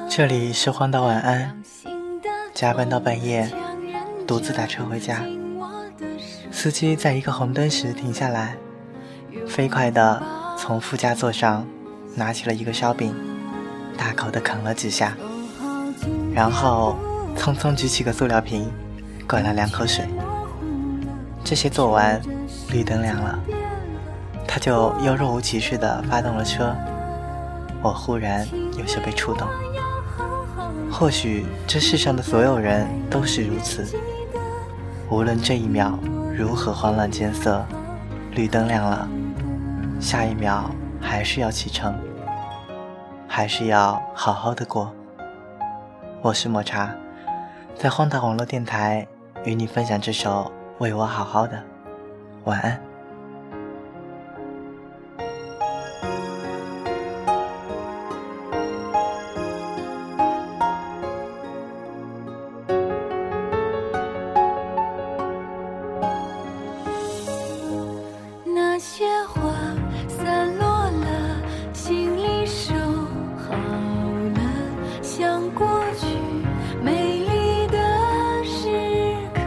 这里是荒岛晚安，加班到半夜，独自打车回家。司机在一个红灯时停下来，飞快地从副驾座上拿起了一个烧饼，大口地啃了几下，然后匆匆举起个塑料瓶，灌了2口水。这些做完，绿灯亮了，他就又若无其事地发动了车。我忽然有些被触动，或许这世上的所有人都是如此，无论这一秒如何慌乱艰涩，绿灯亮了，下一秒还是要启程，还是要好好的过。我是抹茶，在荒岛网络电台与你分享这首为我好好的晚安。 那些花散落了，心里收好了，像过去美丽的时刻，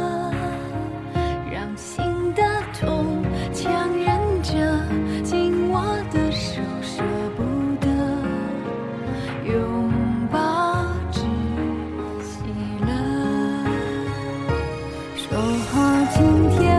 让心的痛强忍着，紧握的手舍不得拥抱窒息了，说好今天